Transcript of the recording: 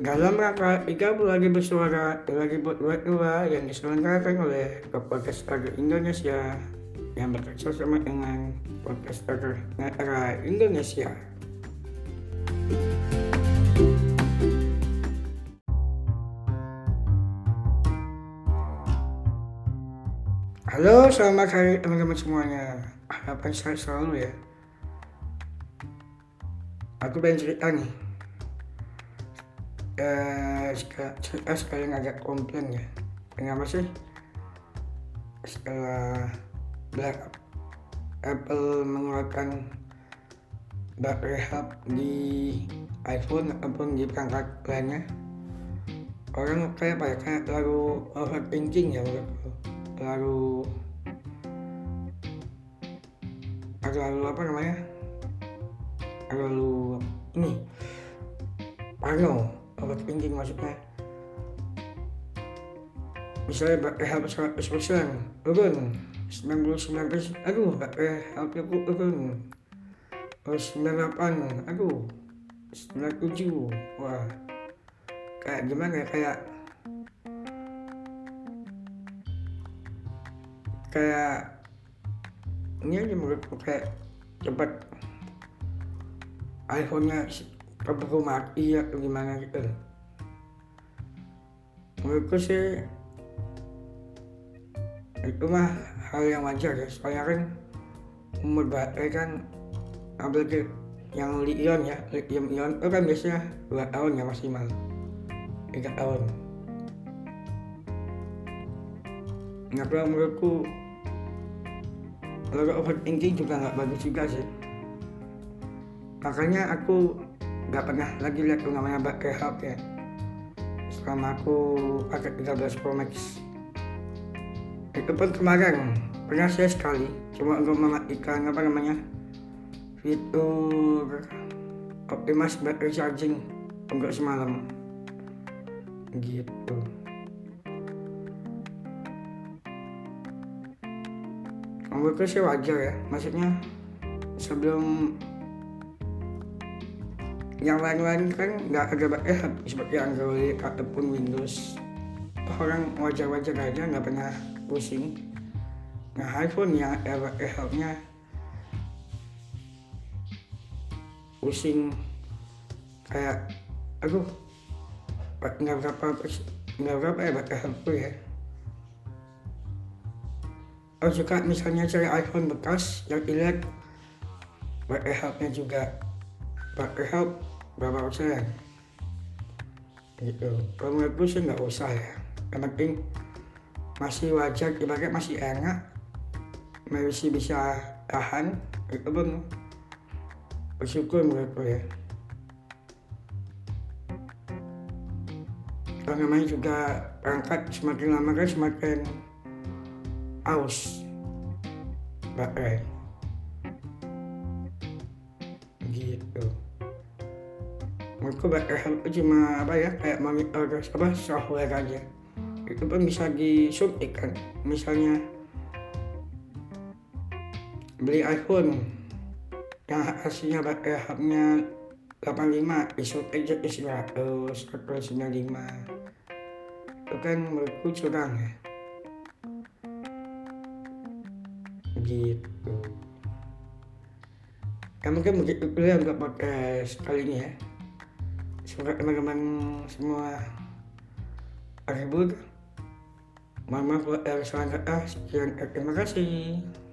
Dalam rangka 30 lagi bersuara lagi buat dua yang diselenggarakan oleh Podcast Agro Indonesia yang bekerja sama dengan Podcast Agro Indonesia. Halo, selamat hari teman-teman semuanya. Harapan saya selalu ya. Aku pengen cerita nih. Cerita sekalian agak komplain ya. Kenapa sih? Setelah Apple mengeluarkan baterai hub di iPhone ataupun di perangkat lainnya, orang kayak terlalu overthinking ya menurutku. Terlalu parno, overthinking maksudnya. Misalnya baterai hub 100% turun, 99%, aduh baterai hub turun, terus 98, aduh 97, wah kayak gimana ya, kayak ini aja menurutku, kayak cepat iPhone-nya keburu mati atau gimana gitu. Menurutku sih itu mah hal yang wajar ya, soalnya kan umur baterai kan, apalagi yang lithium ion itu kan biasanya 2 tahun ya maksimal, 3 tahun. Nah, kalau menurutku kalau overthinking juga nggak bagus juga sih. Makanya aku nggak pernah lagi lihat yang namanya baterai hub ya selama aku pakai 13 Pro Max. Itu pun kemarin pernah saya sekali cuma untuk mematikan fitur optimize battery charging untuk semalam gitu. Menurutku sih wajar ya, maksudnya sebelum yang lain-lain kan nggak ada baterai hub seperti Android ataupun Windows, orang wajar-wajar aja nggak pernah pusing. Nah, iPhone yang ada baterai hubnya pusing, kayak aduh nggak berapa ya baterai hubku ya. Oh, juga misalnya cari iPhone bekas yang dilihat baterai hubnya juga, baterai hub berapa persen gitu. Kalau menurutku sih nggak usah ya, yang penting masih wajar, dipakai masih enak, masih bisa tahan, itu pun bersyukur menurutku ya. Kalau namanya juga perangkat semakin lama kan semakin aus baterai gitu. Menurutku baterai hub cuma kayak monitor software aja, itu pun bisa disuntik kan. Misalnya beli iPhone yang hasilnya baterai hubnya 85 disuntik jadi 100 atau 95, itu kan menurutku curang ya gitu. Ya mungkin begitu dulu ya untuk podcast kali ini ya. Semoga teman-teman semua terhibur. Mohon maaf kalau ada salah kata. Sekian, terima kasih.